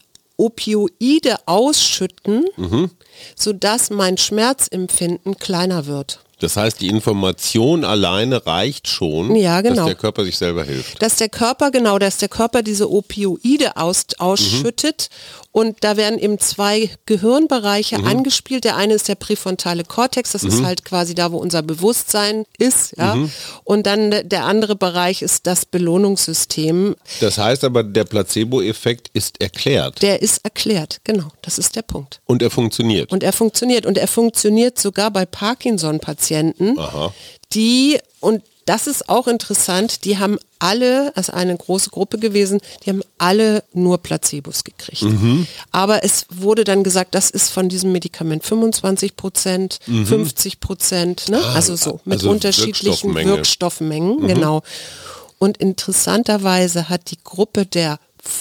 Opioide ausschütten, mhm. sodass mein Schmerzempfinden kleiner wird. Das heißt, die Information alleine reicht schon, ja, genau. dass der Körper sich selber hilft. Dass der Körper, genau, dass der Körper diese Opioide aus, ausschüttet mhm. und da werden eben zwei Gehirnbereiche mhm. angespielt. Der eine ist der präfrontale Kortex, das mhm. ist halt quasi da, wo unser Bewusstsein ist. Ja? Mhm. Und dann der andere Bereich ist das Belohnungssystem. Das heißt aber, der Placebo-Effekt ist erklärt. Der ist erklärt, genau, das ist der Punkt. Und er funktioniert. Und er funktioniert. Und er funktioniert sogar bei Parkinson-Patienten. Aha. Die, und das ist auch interessant, die haben alle, also eine große Gruppe gewesen, die haben alle nur Placebos gekriegt. Mhm. Aber es wurde dann gesagt, das ist von diesem Medikament fünfundzwanzig Prozent, mhm. fünfzig Prozent, ne? Ah, also so mit also unterschiedlichen Wirkstoffmenge. Wirkstoffmengen, Mhm. genau. Und interessanterweise hat die Gruppe der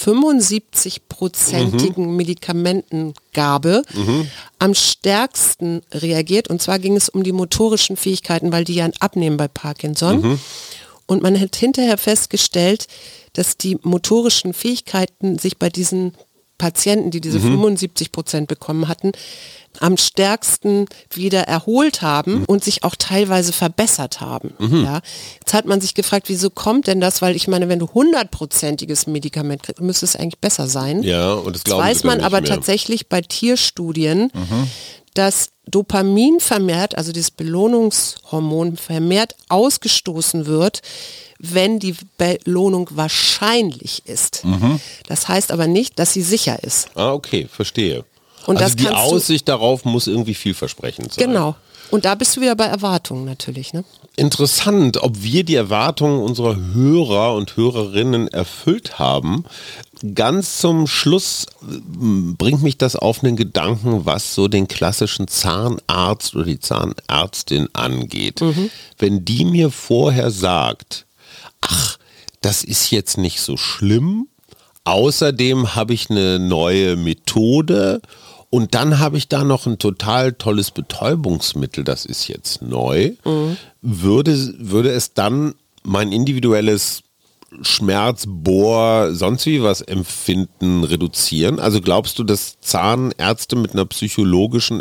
fünfundsiebzig-prozentigen mhm. Medikamentengabe mhm. am stärksten reagiert. Und zwar ging es um die motorischen Fähigkeiten, weil die ja abnehmen bei Parkinson. Mhm. Und man hat hinterher festgestellt, dass die motorischen Fähigkeiten sich bei diesen Patienten, die diese mhm. fünfundsiebzig Prozent bekommen hatten, am stärksten wieder erholt haben mhm. und sich auch teilweise verbessert haben. Mhm. Ja. Jetzt hat man sich gefragt, wieso kommt denn das? Weil ich meine, wenn du hundertprozentiges Medikament kriegst, müsste es eigentlich besser sein. Ja, und das, das weiß man aber mehr. tatsächlich bei Tierstudien, mhm. dass Dopamin vermehrt, also dieses Belohnungshormon vermehrt ausgestoßen wird, wenn die Belohnung wahrscheinlich ist. Mhm. Das heißt aber nicht, dass sie sicher ist. Ah, okay, verstehe. Und also das die Aussicht du, darauf muss irgendwie vielversprechend sein. Genau. Und da bist du wieder bei Erwartungen natürlich, ne? Interessant, ob wir die Erwartungen unserer Hörer und Hörerinnen erfüllt haben. Ganz zum Schluss bringt mich das auf einen Gedanken, was so den klassischen Zahnarzt oder die Zahnärztin angeht. Mhm. Wenn die mir vorher sagt, ach, das ist jetzt nicht so schlimm, außerdem habe ich eine neue Methode und dann habe ich da noch ein total tolles Betäubungsmittel, das ist jetzt neu, mhm. würde, würde es dann mein individuelles Schmerz, Bohr, sonst wie was Empfinden reduzieren? Also glaubst du, dass Zahnärzte mit einer psychologischen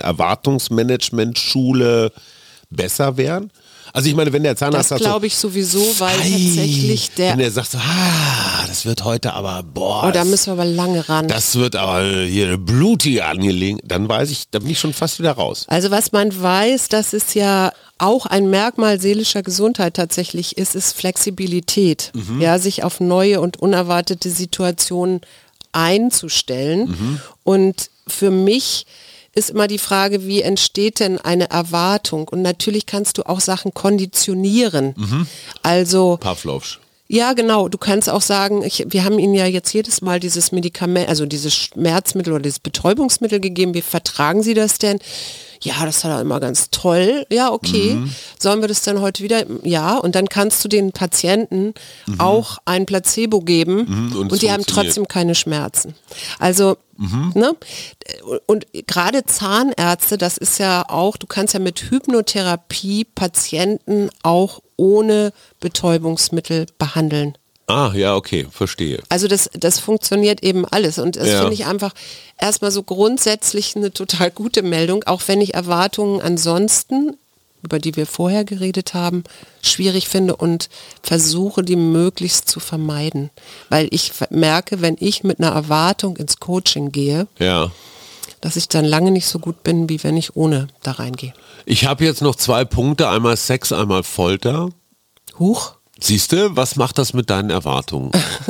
Erwartungsmanagement-Schule besser wären? Also ich meine, wenn der Zahnarzt das sagt, glaube ich sowieso, weil tatsächlich der... Wenn der sagt so, ah, das wird heute aber, boah... Oh, da müssen wir aber lange ran. Das wird aber hier eine blutige Angelegenheit. Dann weiß ich, da bin ich schon fast wieder raus. Also was man weiß, dass es ja auch ein Merkmal seelischer Gesundheit tatsächlich ist, ist Flexibilität. Mhm. Ja, sich auf neue und unerwartete Situationen einzustellen. Mhm. Und für mich ist immer die Frage, wie entsteht denn eine Erwartung? Und natürlich kannst du auch Sachen konditionieren. Mhm. Also Pavlovsch. Ja, genau. Du kannst auch sagen, ich, wir haben Ihnen ja jetzt jedes Mal dieses Medikament, also dieses Schmerzmittel oder dieses Betäubungsmittel gegeben. Wie vertragen Sie das denn? Ja, das war immer ganz toll. Ja, okay. Mhm. Sollen wir das dann heute wieder? Ja, und dann kannst du den Patienten mhm. auch ein Placebo geben mhm. und, und die haben trotzdem keine Schmerzen. Also, mhm. ne? Und gerade Zahnärzte, das ist ja auch, du kannst ja mit Hypnotherapie Patienten auch ohne Betäubungsmittel behandeln. Ah, ja, okay, verstehe. Also das, das funktioniert eben alles und das ja. finde ich einfach erstmal so grundsätzlich eine total gute Meldung, auch wenn ich Erwartungen ansonsten, über die wir vorher geredet haben, schwierig finde und versuche, die möglichst zu vermeiden. Weil ich merke, wenn ich mit einer Erwartung ins Coaching gehe, ja. dass ich dann lange nicht so gut bin, wie wenn ich ohne da reingehe. Ich habe jetzt noch zwei Punkte, einmal Sex, einmal Folter. Huch. Siehst du, was macht das mit deinen Erwartungen?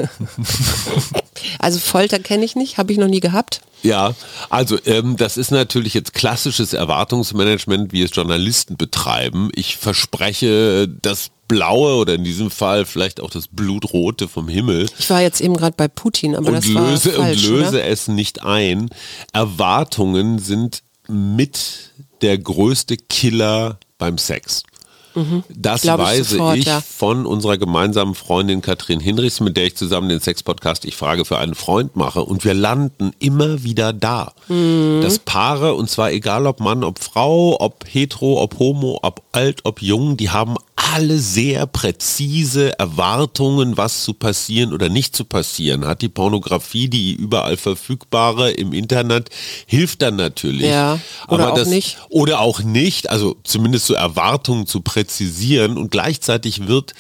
Also Folter kenne ich nicht, habe ich noch nie gehabt. Ja, also ähm, das ist natürlich jetzt klassisches Erwartungsmanagement, wie es Journalisten betreiben. Ich verspreche das Blaue oder in diesem Fall vielleicht auch das Blutrote vom Himmel. Ich war jetzt eben gerade bei Putin, aber und das löse, war falsch, und löse oder? es nicht ein. Erwartungen sind mit der größte Killer beim Sex. Mhm. Das Glaub ich weiß sofort, ich ja. von unserer gemeinsamen Freundin Katrin Hinrichs, mit der ich zusammen den Sex-Podcast Ich frage für einen Freund mache. Und wir landen immer wieder da. Mhm. Dass Paare, und zwar egal ob Mann, ob Frau, ob hetero, ob homo, ob alt, ob jung, die haben alle sehr präzise Erwartungen, was zu passieren oder nicht zu passieren hat. Die Pornografie, die überall verfügbare im Internet, hilft dann natürlich. Ja, oder Aber auch das, nicht. Oder auch nicht, also zumindest so Erwartungen zu präzisieren, und gleichzeitig wird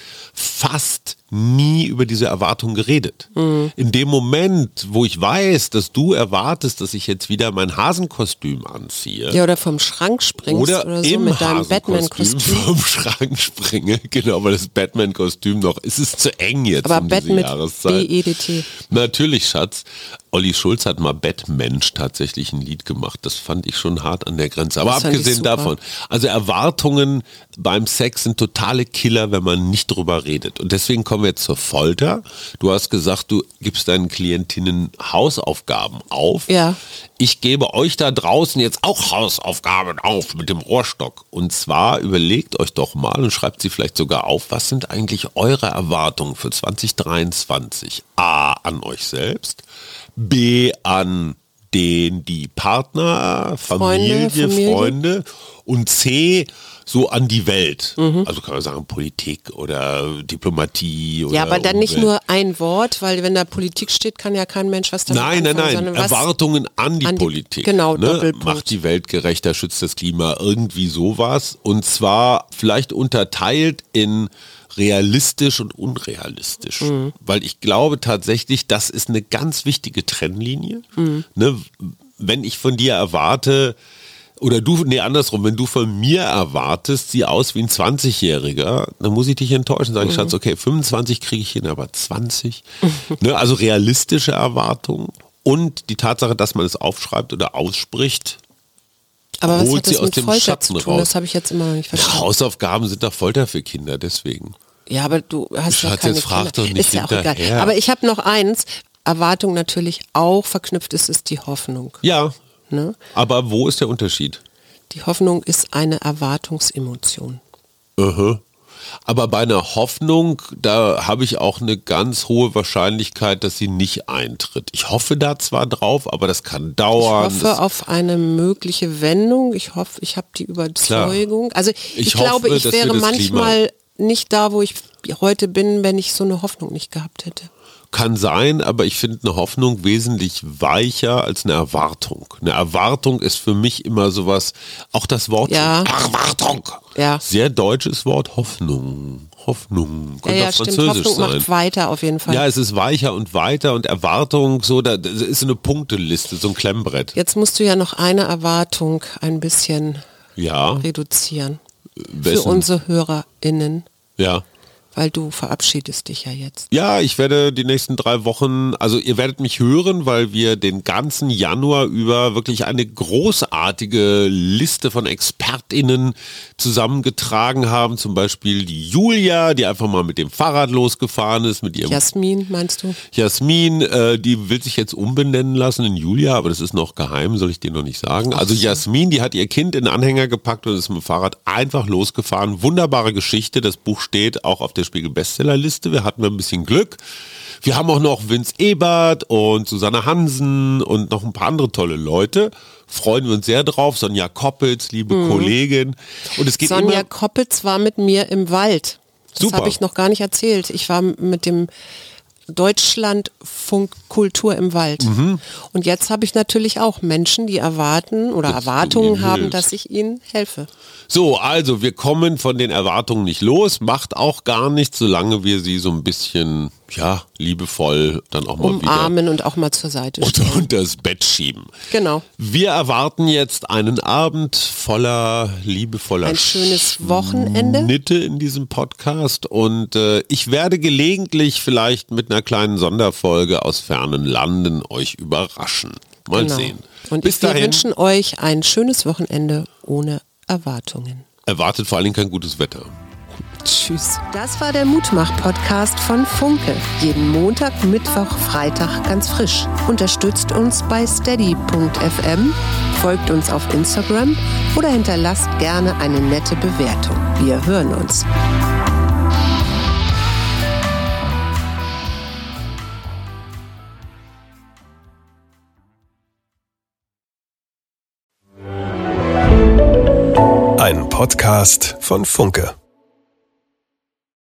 fast nie über diese Erwartung geredet. Mhm. In dem Moment, wo ich weiß, dass du erwartest, dass ich jetzt wieder mein Hasenkostüm anziehe. Ja, oder vom Schrank springst oder, oder so im mit deinem Batman-Kostüm. vom Schrank springe, genau, weil das Batman-Kostüm noch, es ist zu eng jetzt aber um Bett diese mit Jahreszeit. B E D T. Natürlich, Schatz. Olli Schulz hat mal Bettmensch tatsächlich ein Lied gemacht. Das fand ich schon hart an der Grenze. Aber Das fand ich abgesehen super. davon, also Erwartungen beim Sex sind totale Killer, wenn man nicht drüber redet. Und deswegen kommen wir jetzt zur Folter. Du hast gesagt, du gibst deinen Klientinnen Hausaufgaben auf. Ja. Ich gebe euch da draußen jetzt auch Hausaufgaben auf mit dem Rohrstock. Und zwar überlegt euch doch mal und schreibt sie vielleicht sogar auf, was sind eigentlich eure Erwartungen für zwanzig dreiundzwanzig? A, an euch selbst. B, an den, die Partner, Familie, Freunde, Familie. Freunde. Und C, so an die Welt. Mhm. Also kann man sagen Politik oder Diplomatie. Oder Ja, aber dann nicht Umwelt. nur ein Wort, weil wenn da Politik steht, kann ja kein Mensch was damit Nein, nein, anfangen, nein, sondern was Erwartungen an die an die- Politik. genau, ne? Doppelpunkt. Macht die Welt gerechter, schützt das Klima, irgendwie sowas. Und zwar vielleicht unterteilt in realistisch und unrealistisch. Mhm. Weil ich glaube tatsächlich, das ist eine ganz wichtige Trennlinie. Mhm. Ne? Wenn ich von dir erwarte, Oder du, nee, andersrum, wenn du von mir erwartest, sieh aus wie ein zwanzigjähriger, dann muss ich dich enttäuschen. Sag ich, mhm. Schatz, okay, fünfundzwanzig kriege ich hin, aber zwanzig. Ne, also realistische Erwartungen und die Tatsache, dass man es aufschreibt oder ausspricht, aber was holt hat das sie aus mit dem Folter Schatten zu tun? raus. Das habe ich jetzt immer noch nicht verstanden. Ja, Hausaufgaben sind doch Folter für Kinder, deswegen. Ja, aber du hast Schatz, ja keine jetzt frag Kinder. doch nicht Ist ja auch hinterher. egal. Aber ich habe noch eins, Erwartung natürlich auch verknüpft ist, ist die Hoffnung. Ja, Ne? aber wo ist der Unterschied? Die Hoffnung ist eine Erwartungsemotion. Uh-huh. Aber bei einer Hoffnung, da habe ich auch eine ganz hohe Wahrscheinlichkeit, dass sie nicht eintritt. Ich hoffe da zwar drauf, aber das kann dauern. Ich hoffe auf eine mögliche Wendung. Ich hoffe, ich habe die Überzeugung. Klar. Also ich, ich glaube, hoffe, ich wäre manchmal Klima nicht da, wo ich heute bin, wenn ich so eine Hoffnung nicht gehabt hätte. Kann sein, aber ich finde eine Hoffnung wesentlich weicher als eine Erwartung. Eine Erwartung ist für mich immer sowas, auch das Wort ja. Erwartung. Ja. Sehr deutsches Wort, Hoffnung. Hoffnung. Könnte ja, ja, auch stimmt. französisch Hoffnung sein. Macht weiter auf jeden Fall. Ja, es ist weicher und weiter und Erwartung, so, da das ist eine Punkteliste, so ein Klemmbrett. Jetzt musst du ja noch eine Erwartung ein bisschen ja. reduzieren. Wessen? Für unsere HörerInnen. Ja. Weil du verabschiedest dich ja jetzt. Ja, ich werde die nächsten drei Wochen, also ihr werdet mich hören, weil wir den ganzen Januar über wirklich eine großartige Liste von ExpertInnen zusammengetragen haben. Zum Beispiel die Julia, die einfach mal mit dem Fahrrad losgefahren ist. Mit ihrem Jasmin, meinst du? Jasmin, äh, die will sich jetzt umbenennen lassen in Julia, aber das ist noch geheim, soll ich dir noch nicht sagen. Also Jasmin, die hat ihr Kind in den Anhänger gepackt und ist mit dem Fahrrad einfach losgefahren. Wunderbare Geschichte, das Buch steht auch auf der Spiegel-Bestsellerliste. Wir hatten ein bisschen Glück. Wir haben auch noch Vince Ebert und Susanne Hansen und noch ein paar andere tolle Leute. Freuen wir uns sehr drauf. Sonja Koppitz, liebe mhm. Kollegin. Und es geht Sonja immer Koppitz war mit mir im Wald. Das habe ich noch gar nicht erzählt. Ich war mit dem Deutschlandfunk Kultur im Wald. Mhm. Und jetzt habe ich natürlich auch Menschen, die erwarten oder dass Erwartungen haben, hilfst. Dass ich ihnen helfe. So, also wir kommen von den Erwartungen nicht los, macht auch gar nichts, solange wir sie so ein bisschen, ja, liebevoll dann auch mal umarmen wieder und auch mal zur Seite stellen. Und unter das Bett schieben. Genau. Wir erwarten jetzt einen Abend voller liebevoller ein schönes Wochenende Schnitte in diesem Podcast und äh, ich werde gelegentlich vielleicht mit einer kleinen Sonderfolge aus fernen Landen euch überraschen. Mal genau. sehen. Und Bis wir dahin wünschen euch ein schönes Wochenende ohne Erwartungen. Erwartet vor allen Dingen kein gutes Wetter. Tschüss. Das war der Mutmach-Podcast von Funke. Jeden Montag, Mittwoch, Freitag ganz frisch. Unterstützt uns bei steady punkt f m, folgt uns auf Instagram oder hinterlasst gerne eine nette Bewertung. Wir hören uns. Ein Podcast von Funke.